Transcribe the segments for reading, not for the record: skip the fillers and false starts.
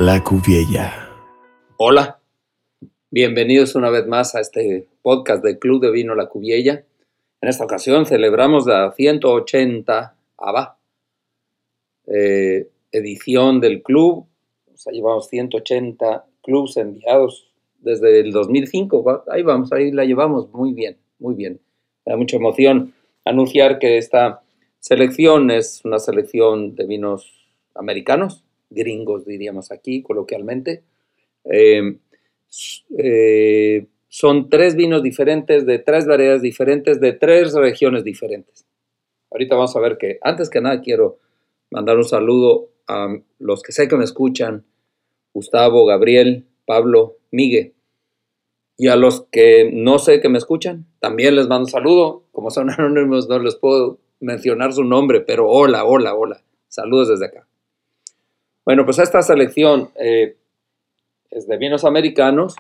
La Cuviella. Hola, bienvenidos una vez más a este podcast del Club de Vino La Cuviella. En esta ocasión celebramos la 180 edición del club. O sea, llevamos 180 clubs enviados desde el 2005. Ahí vamos, ahí la llevamos muy bien, muy bien. Me da mucha emoción anunciar que esta selección es una selección de vinos americanos, gringos diríamos aquí coloquialmente. Son 3 vinos diferentes, de 3 variedades diferentes, de 3 regiones diferentes. Ahorita vamos a ver que, antes que nada, quiero mandar un saludo a los que sé que me escuchan: Gustavo, Gabriel, Pablo, Miguel. Y a los que no sé que me escuchan, también les mando un saludo. Como son anónimos, no les puedo mencionar su nombre, pero hola. Saludos desde acá. Bueno, pues esta selección es de vinos americanos.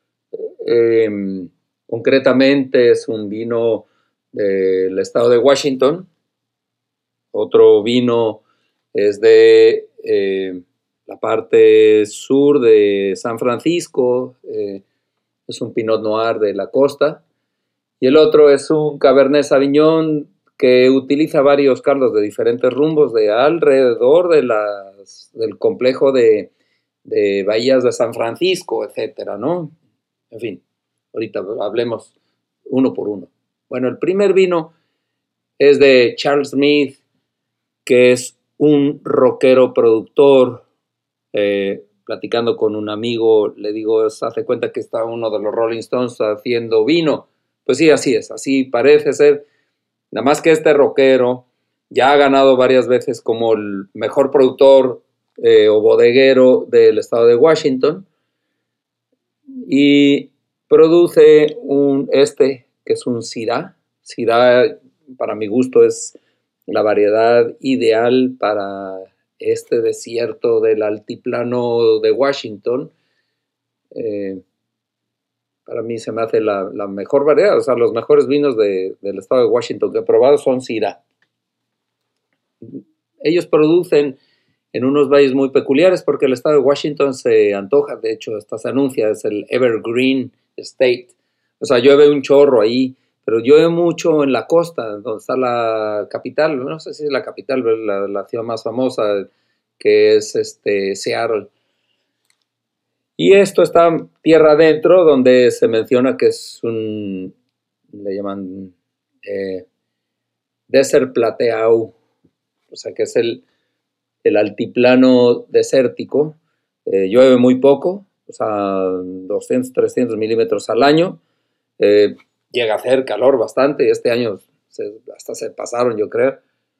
Concretamente es un vino del estado de Washington. Otro vino es de la parte sur de San Francisco. Es un Pinot Noir de la costa. Y el otro es un Cabernet Sauvignon que utiliza varios caldos de diferentes rumbos de alrededor del complejo de bahías de San Francisco, etcétera, ¿no? En fin, ahorita hablemos uno por uno. Bueno, el primer vino es de Charles Smith, que es un rockero productor. Platicando con un amigo, le digo, hace cuenta que está uno de los Rolling Stones haciendo vino. Pues sí, así es, así parece ser. Nada más que este rockero ya ha ganado varias veces como el mejor productor o bodeguero del estado de Washington, y produce que es un Syrah. Syrah, para mi gusto, es la variedad ideal para este desierto del altiplano de Washington. Para mí se me hace la mejor variedad. O sea, los mejores vinos del estado de Washington que he probado son Syrah. Ellos producen en unos valles muy peculiares porque el estado de Washington se antoja, de hecho hasta se anuncia, es el Evergreen State. O sea, llueve un chorro ahí, pero llueve mucho en la costa, donde está la capital. No sé si es la capital, pero la ciudad más famosa, que es Seattle. Y esto está tierra adentro, donde se menciona que es le llaman Desert Plateau, o sea que es el altiplano desértico. Llueve muy poco, o sea, 200, 300 milímetros al año. Llega a hacer calor bastante. Este año hasta se pasaron, yo creo,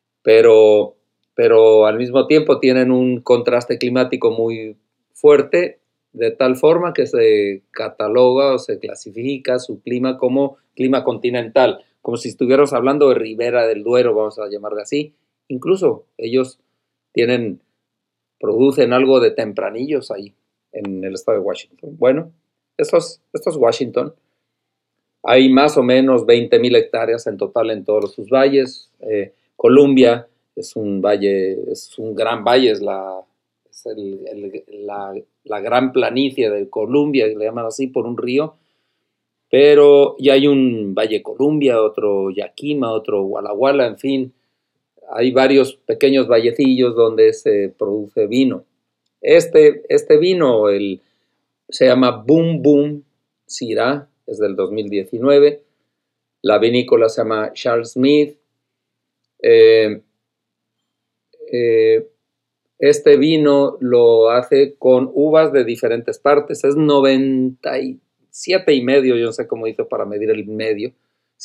pero al mismo tiempo tienen un contraste climático muy fuerte, de tal forma que se cataloga o se clasifica su clima como clima continental, como si estuviéramos hablando de Ribera del Duero, vamos a llamarle así. Incluso ellos producen algo de tempranillos ahí en el estado de Washington. Bueno, esto es Washington. Hay más o menos 20,000 hectáreas en total en todos sus valles. Columbia es un valle, es un gran valle, es la gran planicie de Columbia, le llaman así por un río. Pero ya hay un Valle Columbia, otro Yakima, otro Walla Walla, en fin. Hay varios pequeños vallecillos donde se produce vino. Este vino se llama Boom Boom Syrah, es del 2019. La vinícola se llama Charles Smith. Este vino lo hace con uvas de diferentes partes. Es 97,5%, yo no sé cómo hizo para medir el medio.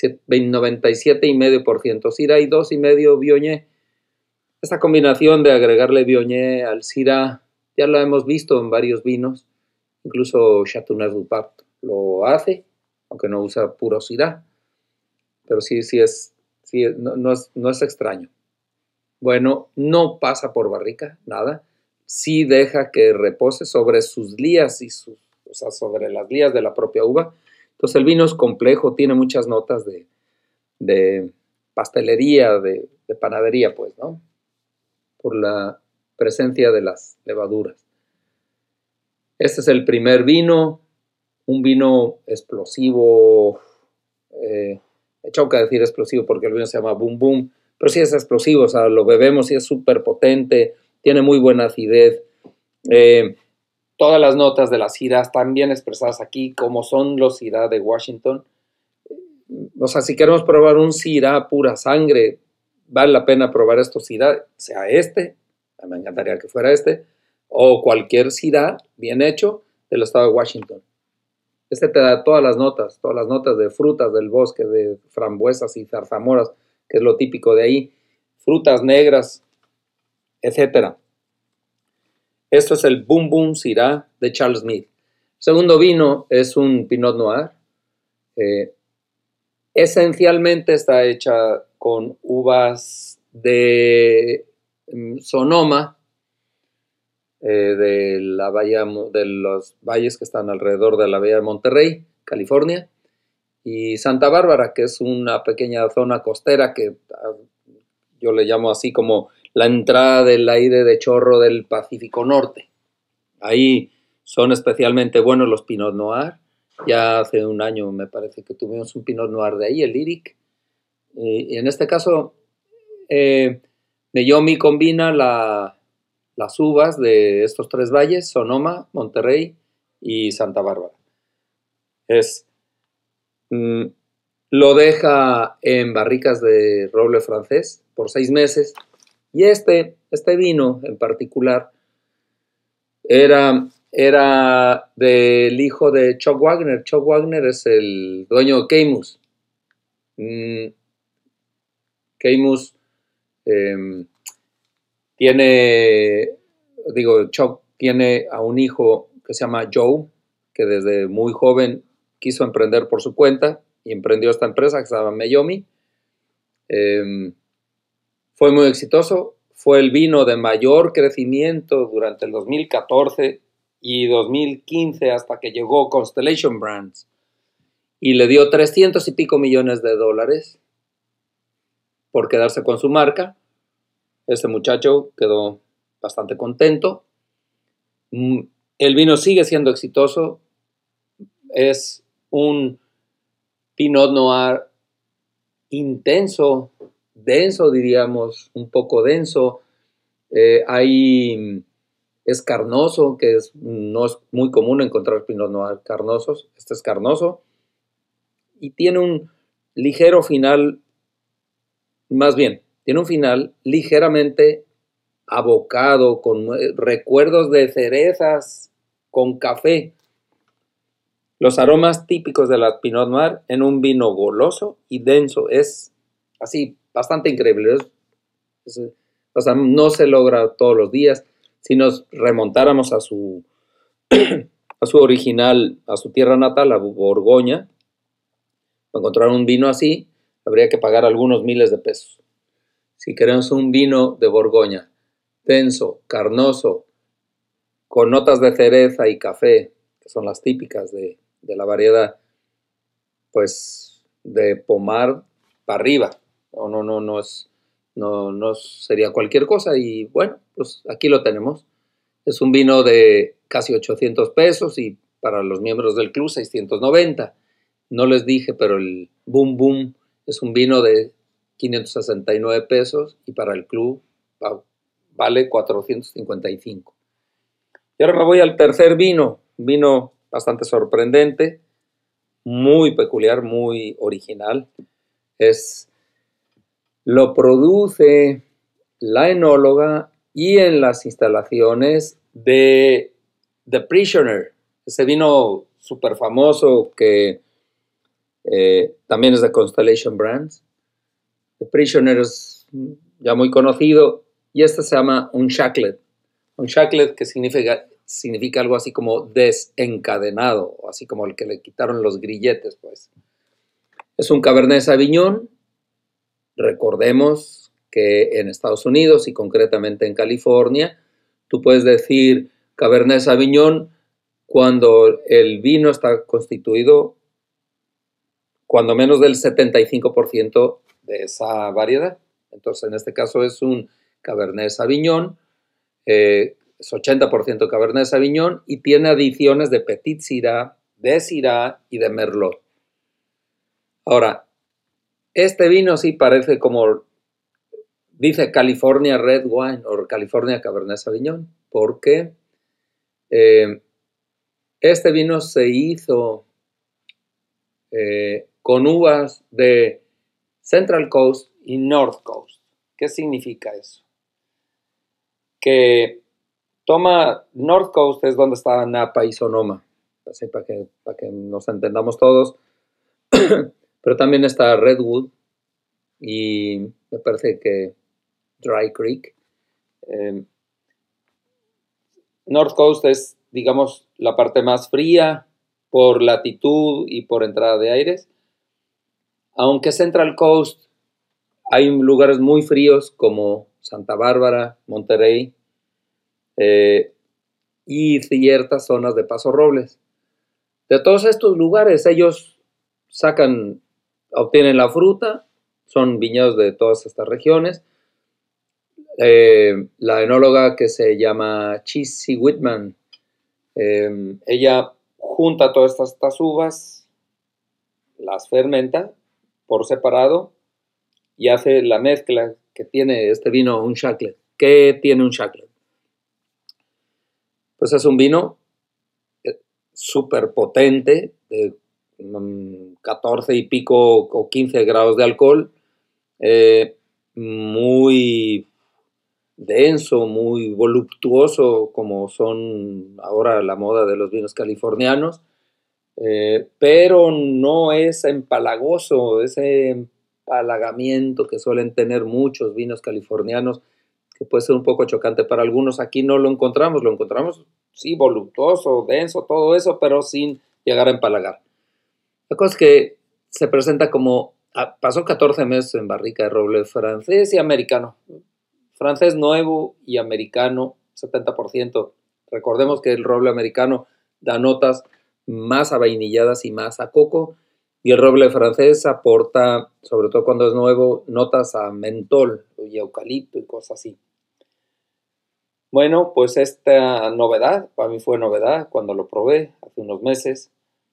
97,5% Syrah y 2,5% Viognier. Esta combinación de agregarle Viognier al Syrah ya lo hemos visto en varios vinos. Incluso Chateauneuf-du-Pape lo hace, aunque no usa puro Syrah. Pero sí no es extraño. Bueno, no pasa por barrica, nada. Sí deja que repose sobre sus lías o sea, sobre las lías de la propia uva. Entonces el vino es complejo, tiene muchas notas de pastelería, de panadería, pues, ¿no? Por la presencia de las levaduras. Este es el primer vino, un vino explosivo. Me choca decir explosivo porque el vino se llama Boom Boom, pero sí es explosivo, o sea, lo bebemos y es súper potente, tiene muy buena acidez. Todas las notas de las Syrah están bien expresadas aquí, como son los Syrah de Washington. O sea, si queremos probar un Syrah pura sangre, vale la pena probar estos Syrah, sea este, me encantaría que fuera este, o cualquier Syrah bien hecho del estado de Washington. Este te da todas las notas de frutas del bosque, de frambuesas y zarzamoras, que es lo típico de ahí, frutas negras, etcétera. Esto es el Boom Boom Syrah de Charles Smith. El segundo vino es un Pinot Noir. Esencialmente está hecha con uvas de Sonoma, de la bahía, de los valles que están alrededor de la bahía de Monterrey, California, y Santa Bárbara, que es una pequeña zona costera que yo le llamo así como la entrada del aire de chorro del Pacífico Norte. Ahí son especialmente buenos los Pinot Noir. Ya hace un año me parece que tuvimos un Pinot Noir de ahí, el Lyric. Y en este caso, Meiomi combina las uvas de estos tres valles, Sonoma, Monterrey y Santa Bárbara. Lo deja en barricas de roble francés por 6 meses. Y este vino en particular era del hijo de Chuck Wagner. Chuck Wagner es el dueño de Caymus. Caymus Chuck tiene a un hijo que se llama Joe, que desde muy joven quiso emprender por su cuenta y emprendió esta empresa que se llama Meiomi. Fue muy exitoso, fue el vino de mayor crecimiento durante el 2014 y 2015 hasta que llegó Constellation Brands y le dio 300 y pico millones de dólares por quedarse con su marca. Este muchacho quedó bastante contento. El vino sigue siendo exitoso. Es un Pinot Noir intenso, denso, diríamos, un poco denso. Es carnoso, que no es muy común encontrar Pinot Noir carnosos. Este es carnoso y tiene un ligero final, más bien, tiene un final ligeramente abocado, con recuerdos de cerezas, con café. Los aromas típicos de la Pinot Noir en un vino goloso y denso. Es así, bastante increíble. O sea, no se logra todos los días. Si nos remontáramos a su original, a su tierra natal, a Borgoña, para encontrar un vino así, habría que pagar algunos miles de pesos. Si queremos un vino de Borgoña, denso, carnoso, con notas de cereza y café, que son las típicas de la variedad, pues de pomar para arriba. No sería cualquier cosa. Y bueno, pues aquí lo tenemos. Es un vino de casi 800 pesos y para los miembros del club 690. No les dije, pero el Boom Boom es un vino de 569 pesos y para el club vale 455. Y ahora me voy al tercer vino, un vino bastante sorprendente, muy peculiar, muy original. Lo produce la enóloga y en las instalaciones de The Prisoner, ese vino súper famoso que también es de Constellation Brands. The Prisoner es ya muy conocido y este se llama un Shacklett. Un Shacklett que significa algo así como desencadenado, así como el que le quitaron los grilletes, pues. Es un Cabernet Sauvignon. Recordemos que en Estados Unidos y concretamente en California, tú puedes decir Cabernet Sauvignon cuando el vino está constituido cuando menos del 75% de esa variedad. Entonces, en este caso es un Cabernet Sauvignon es 80% Cabernet Sauvignon y tiene adiciones de Petit Syrah, de Syrah y de Merlot. Ahora, este vino sí parece como, dice California Red Wine o California Cabernet Sauvignon, porque este vino se hizo con uvas de Central Coast y North Coast. ¿Qué significa eso? Que toma North Coast es donde está Napa y Sonoma, así para que nos entendamos todos, pero también está Redwood y me parece que Dry Creek. North Coast es, digamos, la parte más fría por latitud y por entrada de aires, aunque Central Coast hay lugares muy fríos como Santa Bárbara, Monterey y ciertas zonas de Paso Robles. De todos estos lugares ellos obtienen la fruta, son viñedos de todas estas regiones. La enóloga que se llama Chissy Whitman, ella junta todas estas uvas, las fermenta por separado y hace la mezcla que tiene este vino, un Chaclet. ¿Qué tiene un Chaclet? Pues es un vino súper potente, de 14 y pico o 15 grados de alcohol, muy denso, muy voluptuoso, como son ahora la moda de los vinos californianos, pero no es empalagoso, ese empalagamiento que suelen tener muchos vinos californianos, que puede ser un poco chocante para algunos. Aquí no lo encontramos sí, voluptuoso, denso, todo eso, pero sin llegar a empalagar. La cosa es que se presenta como, pasó 14 meses en barrica de roble francés y americano. Francés nuevo y americano, 70%. Recordemos que el roble americano da notas más avainilladas y más a coco, y el roble francés aporta, sobre todo cuando es nuevo, notas a mentol y eucalipto y cosas así. Bueno, pues esta novedad, para mí fue novedad cuando lo probé hace unos meses.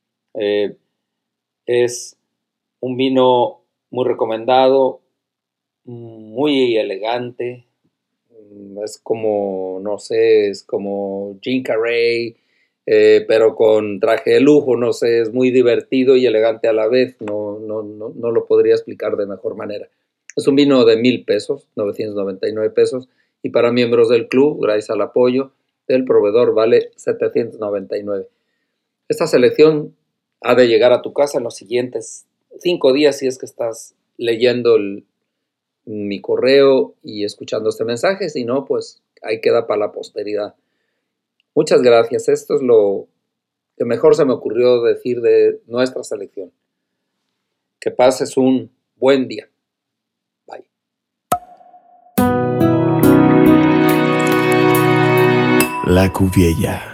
Es un vino muy recomendado, muy elegante. Es como, no sé, es como Jim Carrey, pero con traje de lujo, no sé, es muy divertido y elegante a la vez. No lo podría explicar de mejor manera. Es un vino de 1,000 pesos, 999 pesos, y para miembros del club, gracias al apoyo del proveedor, vale 799. Esta selección ha de llegar a tu casa en los siguientes 5 días si es que estás leyendo mi correo y escuchando este mensaje. Si no, pues ahí queda para la posteridad. Muchas gracias. Esto es lo que mejor se me ocurrió decir de nuestra selección. Que pases un buen día. Bye. La Cuviella.